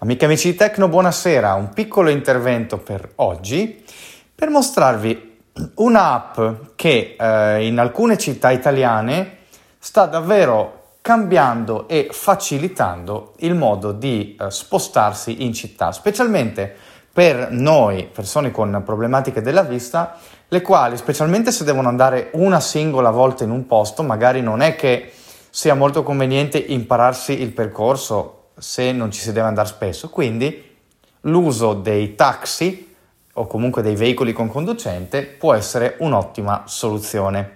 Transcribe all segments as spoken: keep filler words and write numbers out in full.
Amiche e amici di Tecno, buonasera. Un piccolo intervento per oggi per mostrarvi un'app che eh, in alcune città italiane sta davvero cambiando e facilitando il modo di eh, spostarsi in città, specialmente per noi, persone con problematiche della vista, le quali, specialmente se devono andare una singola volta in un posto, magari non è che sia molto conveniente impararsi il percorso se non ci si deve andare spesso, quindi l'uso dei taxi o comunque dei veicoli con conducente può essere un'ottima soluzione.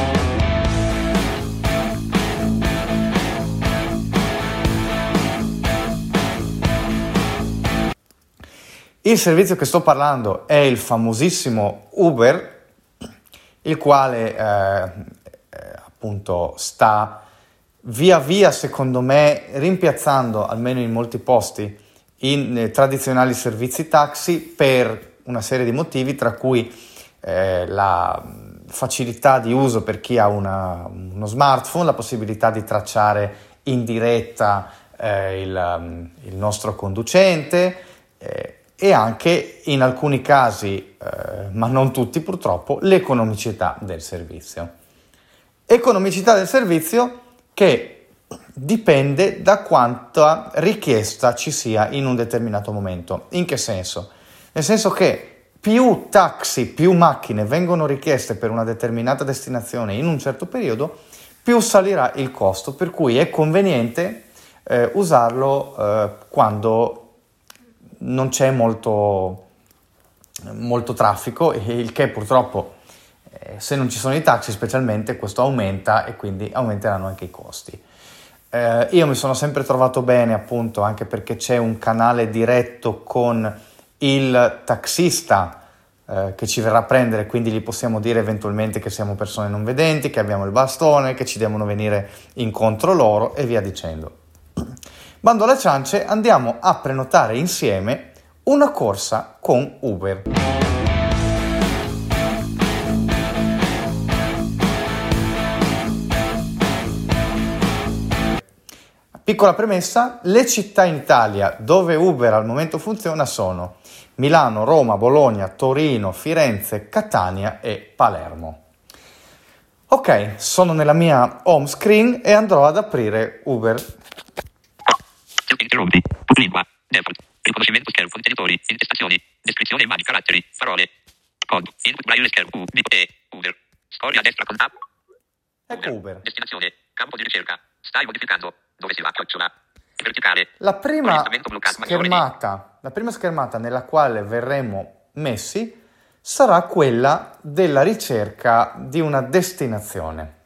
Il servizio che sto parlando è il famosissimo Uber, il quale eh, appunto sta via via, secondo me, rimpiazzando, almeno in molti posti, i eh, tradizionali servizi taxi per una serie di motivi, tra cui eh, la facilità di uso per chi ha una, uno smartphone, la possibilità di tracciare in diretta eh, il, il nostro conducente eh, e anche, in alcuni casi, eh, ma non tutti purtroppo, l'economicità del servizio. Economicità del servizio che dipende da quanta richiesta ci sia in un determinato momento. In che senso? Nel senso che più taxi, più macchine vengono richieste per una determinata destinazione in un certo periodo, più salirà il costo, per cui è conveniente eh, usarlo eh, quando non c'è molto, molto traffico, e il che purtroppo se non ci sono i taxi specialmente questo aumenta e quindi aumenteranno anche i costi. Eh, io mi sono sempre trovato bene, appunto, anche perché c'è un canale diretto con il taxista eh, che ci verrà a prendere, quindi gli possiamo dire eventualmente che siamo persone non vedenti, che abbiamo il bastone, che ci devono venire incontro loro e via dicendo. Bando alle ciance, andiamo a prenotare insieme una corsa con Uber. Piccola premessa, le città in Italia dove Uber al momento funziona sono Milano, Roma, Bologna, Torino, Firenze, Catania e Palermo. Ok, sono nella mia home screen e andrò ad aprire Uber. Interrompi, lingua, default, riconoscimento schermo, contenitori, intestazioni, descrizione immagini, caratteri, parole, code, input braille schermo, U, D, E, Uber, scorri a destra con tab. Ecco Uber. Destinazione, campo di ricerca, stai modificando. Dove si va? Chiocciola. Verticale. La prima schermata, la prima schermata nella quale verremo messi sarà quella della ricerca di una destinazione.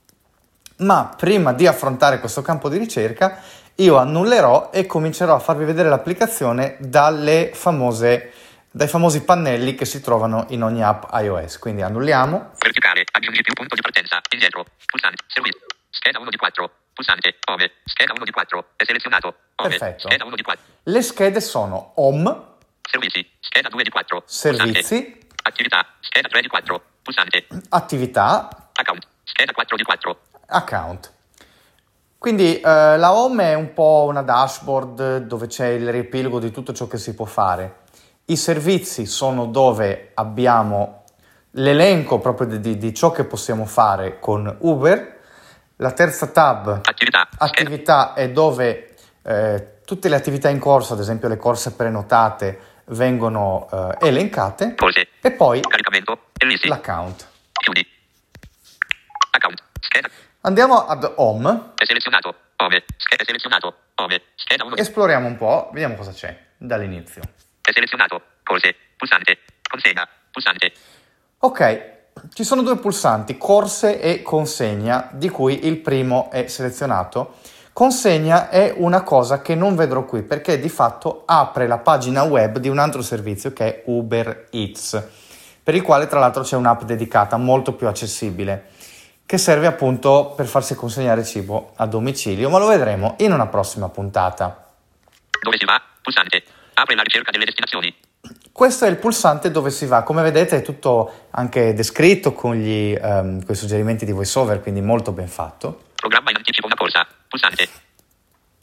Ma prima di affrontare questo campo di ricerca, io annullerò e comincerò a farvi vedere l'applicazione dalle famose, dai famosi pannelli che si trovano in ogni app iOS. Quindi annulliamo. Verticale, aggiungi più punto di partenza, indietro, pulsante, servizio, scheda uno di quattro. Pulsante, home, scheda uno di quattro, è selezionato, home, perfetto. Scheda uno di quattro. Le schede sono home, servizi, scheda due di quattro, servizi, pulsante, attività, scheda tre di quattro, pulsante, attività, account, scheda quattro di quattro, account. Quindi eh, la home è un po' una dashboard dove c'è il riepilogo di tutto ciò che si può fare. I servizi sono dove abbiamo l'elenco proprio di, di, di ciò che possiamo fare con Uber. La terza tab, attività, attività è dove eh, tutte le attività in corso, ad esempio le corse prenotate, vengono eh, elencate. Corse. E poi caricamento, ellisi, l'account. Chiudi. Account, scheda. Andiamo ad home. È selezionato, home, scheda selezionato, home, scheda uno. Esploriamo un po', vediamo cosa c'è dall'inizio. È selezionato, corse, pulsante, consegna, pulsante. Ok. Ci sono due pulsanti, corse e consegna, di cui il primo è selezionato. Consegna è una cosa che non vedrò qui perché di fatto apre la pagina web di un altro servizio che è Uber Eats, per il quale tra l'altro c'è un'app dedicata molto più accessibile che serve appunto per farsi consegnare cibo a domicilio, ma lo vedremo in una prossima puntata. Dove si va? Pulsante. Apre la ricerca delle destinazioni. Questo è il pulsante dove si va, come vedete è tutto anche descritto con, gli, um, con i suggerimenti di VoiceOver, quindi molto ben fatto. Programma in anticipo una corsa, pulsante.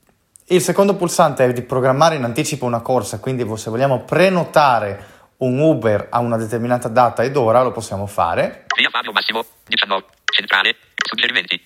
Il secondo pulsante è di programmare in anticipo una corsa, quindi se vogliamo prenotare un Uber a una determinata data ed ora lo possiamo fare. Via Fabio Massimo, diciannove, centrale, suggerimenti.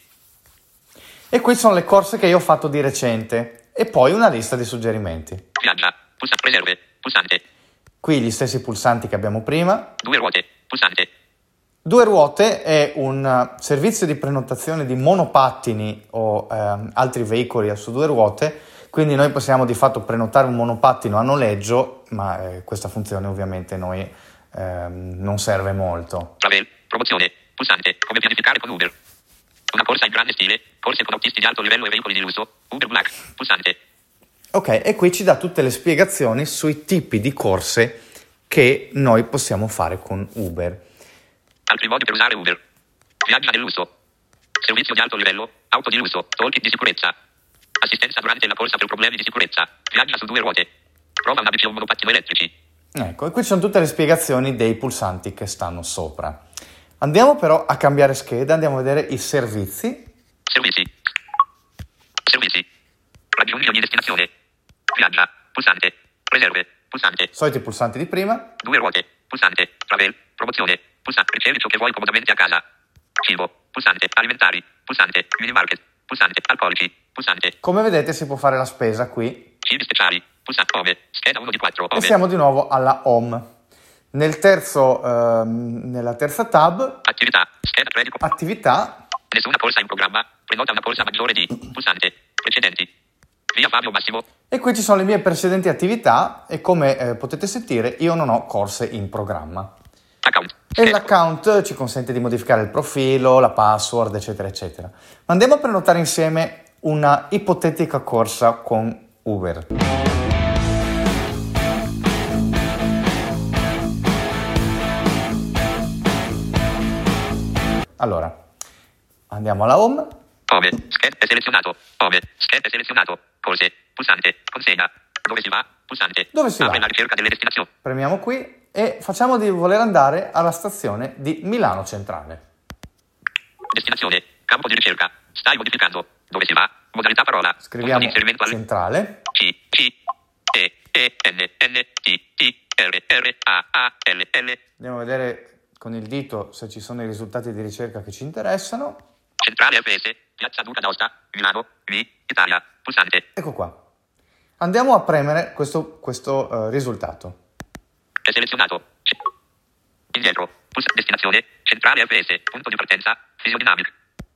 E qui sono le corse che io ho fatto di recente e poi una lista di suggerimenti. Viaggia, pulsante, riserve, pulsante. Qui gli stessi pulsanti che abbiamo prima. Due ruote, pulsante. Due ruote è un servizio di prenotazione di monopattini o ehm, altri veicoli su due ruote, quindi noi possiamo di fatto prenotare un monopattino a noleggio, ma eh, questa funzione ovviamente noi ehm, non serve molto. Travel, promozione, pulsante, come pianificare con Uber. Una corsa in grande stile, corse con autisti di alto livello e veicoli di lusso, Uber Black, pulsante. Ok, e qui ci dà tutte le spiegazioni sui tipi di corse che noi possiamo fare con Uber. Altri modi per usare Uber. Viaggia nel lusso. Servizio di alto livello, auto di lusso, toolkit di sicurezza. Assistenza durante la corsa per problemi di sicurezza. Viaggia su due ruote. Prova una bici o un monopattino elettrici. Ecco, e qui ci sono tutte le spiegazioni dei pulsanti che stanno sopra. Andiamo però a cambiare scheda, andiamo a vedere i servizi. Servizi. Servizi. Raggiungi ogni destinazione. Viaggia, pulsante. Riserve, pulsante. Soliti pulsanti di prima. Due ruote, pulsante. Travel, promozione, pulsante. Ricevi ciò che vuoi comodamente a casa. Cibo, pulsante. Alimentari, pulsante. Minimarket, pulsante. Alcolici, pulsante. Come vedete si può fare la spesa qui. Cibi speciali, pulsante. Ove, scheda uno di quattro. E Ove. siamo di nuovo alla home. Nel terzo, ehm, nella terza tab, Attività, scheda credito. attività, Nessuna corsa in programma. Prenota una corsa maggiore di. Pulsante. Precedenti. Via Fabio Massimo. e qui ci sono le mie precedenti attività e come eh, potete sentire io non ho corse in programma. Account. E l'account ci consente di modificare il profilo, la password, eccetera, eccetera. Ma andiamo a prenotare insieme una ipotetica corsa con Uber. Allora, andiamo alla home. Ove, scheda è selezionato. Ove, scheda è selezionato. Corse, pulsante, consegna. Dove si va? Pulsante. Dove si Apre va? la ricerca delle destinazioni. Premiamo qui e facciamo di voler andare alla stazione di Milano Centrale. Destinazione, campo di ricerca. Stai modificando. Dove si va? Modalità parola. Scriviamo Punto di inserimento al- centrale. C, C, E, E, N, N, T, T, R, R, A, A, L, L. Andiamo a vedere con il dito se ci sono i risultati di ricerca che ci interessano. Centrale F S, Piazza Duca d'Aosta, Milano, V, Italia, pulsante. Ecco qua. Andiamo a premere questo, questo eh, risultato. È selezionato. C- Indietro. Pulsa- destinazione. Centrale F S. Punto di partenza. Physiodynamic.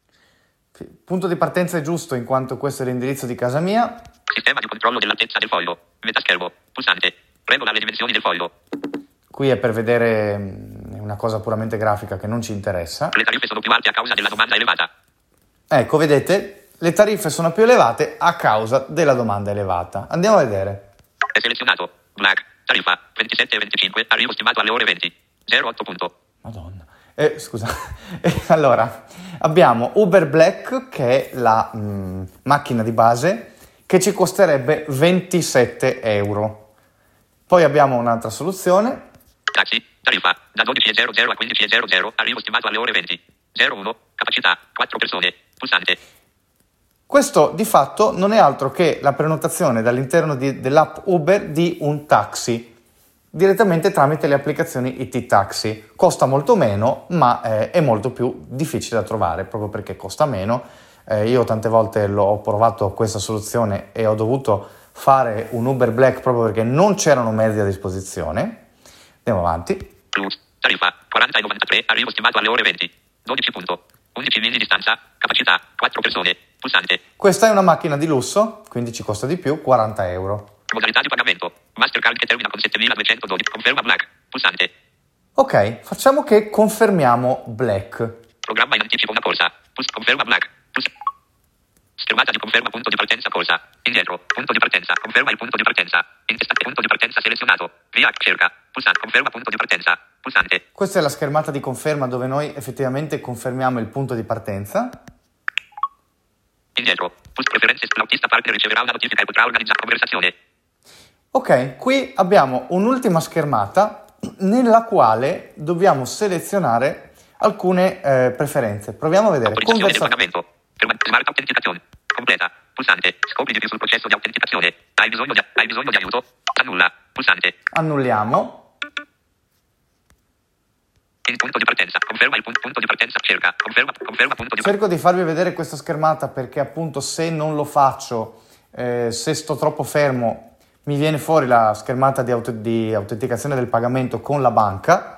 Punto di partenza è giusto in quanto questo è l'indirizzo di casa mia. Sistema di controllo dell'altezza del foglio. Metaschermo. Pulsante. Regola le dimensioni del foglio. Qui è per vedere mm, una cosa puramente grafica che non ci interessa. Le tariffe sono più alte a causa della domanda elevata. Ecco, vedete, le tariffe sono più elevate a causa della domanda elevata. Andiamo a vedere. È selezionato. Black. Tariffa. ventisette e venticinque. Arrivo stimato alle ore venti. zero otto punto. Madonna. Eh, scusa. Eh, allora, abbiamo Uber Black, che è la mm, macchina di base, che ci costerebbe ventisette euro. Poi abbiamo un'altra soluzione. Taxi. Tariffa. Da dodici e zero zero a quindici e zero zero. Arrivo stimato alle ore venti. zero uno. Capacità. quattro persone. Pulsante. Questo di fatto non è altro che la prenotazione dall'interno di- dell'app Uber di un taxi, direttamente tramite le applicazioni I T Taxi. Costa molto meno, ma eh, è molto più difficile da trovare, proprio perché costa meno. Eh, io tante volte l'ho ho provato questa soluzione e ho dovuto fare un Uber Black proprio perché non c'erano mezzi a disposizione. Andiamo avanti. Plus. Tariffa. quaranta e novantatré. Arrivo stimato alle ore venti. dodici punto. undici miglia di distanza. Capacità. quattro persone. Pulsante. Questa è una macchina di lusso, quindi ci costa di più, quaranta euro. Modalità di pagamento. Mastercard che termina con settemiladuecentododici. Conferma Black. Pulsante. Ok, facciamo che confermiamo Black. Programma in anticipo una corsa. Pus- conferma Black. Pus- Schermata di conferma punto di partenza corsa. Indietro. Punto di partenza. Conferma il punto di partenza. Intestate punto di partenza selezionato. Via cerca. Pulsante. Conferma punto di partenza. Pulsante. Questa è la schermata di conferma dove noi effettivamente confermiamo il punto di partenza. Indietro. Pus preferenze. L'autista partner riceverà una notifica e potrà organizzare conversazione. Ok, qui abbiamo un'ultima schermata nella quale dobbiamo selezionare alcune eh, preferenze. Proviamo a vedere. Autorizzazione del Conversa- pagamento. Ferma- Smart autenticazione. Completa. Pulsante. Scopri di più sul processo di autenticazione. Hai bisogno di, hai bisogno di aiuto? Annulla. Pulsante. Annulliamo. Il punto di partenza. Conferma il punto, punto di partenza. Cerca. Conferma, conferma punto di Cerco di farvi vedere questa schermata perché appunto se non lo faccio, eh, se sto troppo fermo, mi viene fuori la schermata di, auto- di autenticazione del pagamento con la banca.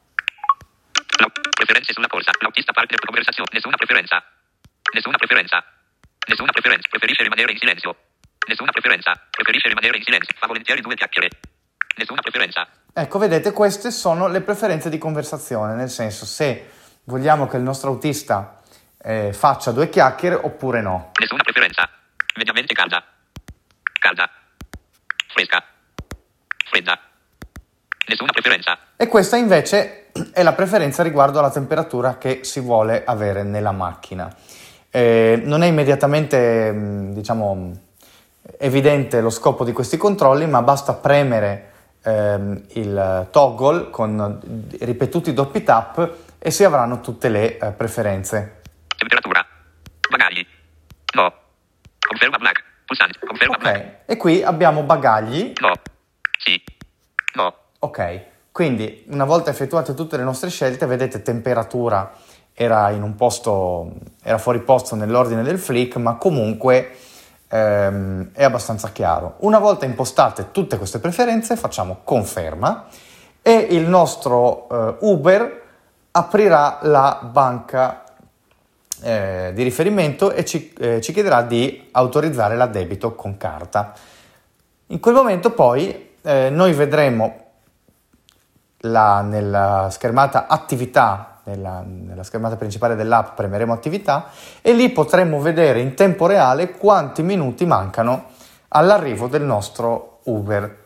La, preferenze sulla corsa. L'autista partner conversazione. Nessuna preferenza. Nessuna preferenza. Nessuna preferenza. Preferisce rimanere in silenzio. Nessuna preferenza. Preferisce rimanere in silenzio. Fa volentieri due chiacchiere. Nessuna preferenza. Ecco, vedete, queste sono le preferenze di conversazione, nel senso se vogliamo che il nostro autista eh, faccia due chiacchiere oppure no. Nessuna preferenza. Mediamente calda. Calda. Fresca. Fredda. Nessuna preferenza. E questa invece è la preferenza riguardo alla temperatura che si vuole avere nella macchina. Eh, non è immediatamente, diciamo, evidente lo scopo di questi controlli, ma basta premere ehm, il toggle con ripetuti doppi tap e si avranno tutte le eh, preferenze. Temperatura. Bagagli. No. Conferma black. Pulsante. Conferma Ok, black. e qui abbiamo bagagli. No. Sì. No. Ok, quindi una volta effettuate tutte le nostre scelte, vedete temperatura era in un posto, era fuori posto nell'ordine del flick, ma comunque ehm, è abbastanza chiaro. Una volta impostate tutte queste preferenze, facciamo conferma e il nostro eh, Uber aprirà la banca eh, di riferimento e ci, eh, ci chiederà di autorizzare l'addebito con carta. In quel momento poi eh, noi vedremo la, nella schermata attività, nella, nella schermata principale dell'app premeremo attività e lì potremo vedere in tempo reale quanti minuti mancano all'arrivo del nostro Uber.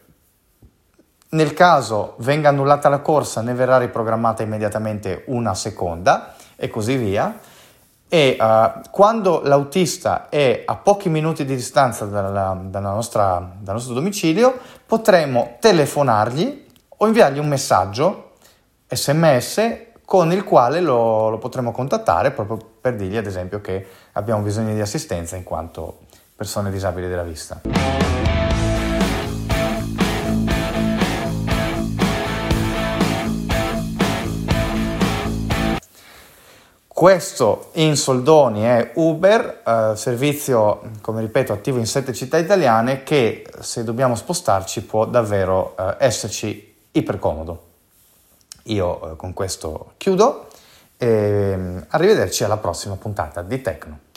Nel caso venga annullata la corsa ne verrà riprogrammata immediatamente una seconda e così via. E uh, quando l'autista è a pochi minuti di distanza dalla, dalla nostra, dal nostro domicilio potremo telefonargli o inviargli un messaggio sms con il quale lo, lo potremo contattare proprio per dirgli ad esempio che abbiamo bisogno di assistenza in quanto persone disabili della vista. Questo in soldoni è Uber, eh, servizio, come ripeto, attivo in sette città italiane che se dobbiamo spostarci può davvero eh, esserci ipercomodo. Io eh, con questo chiudo e arrivederci alla prossima puntata di Tecno.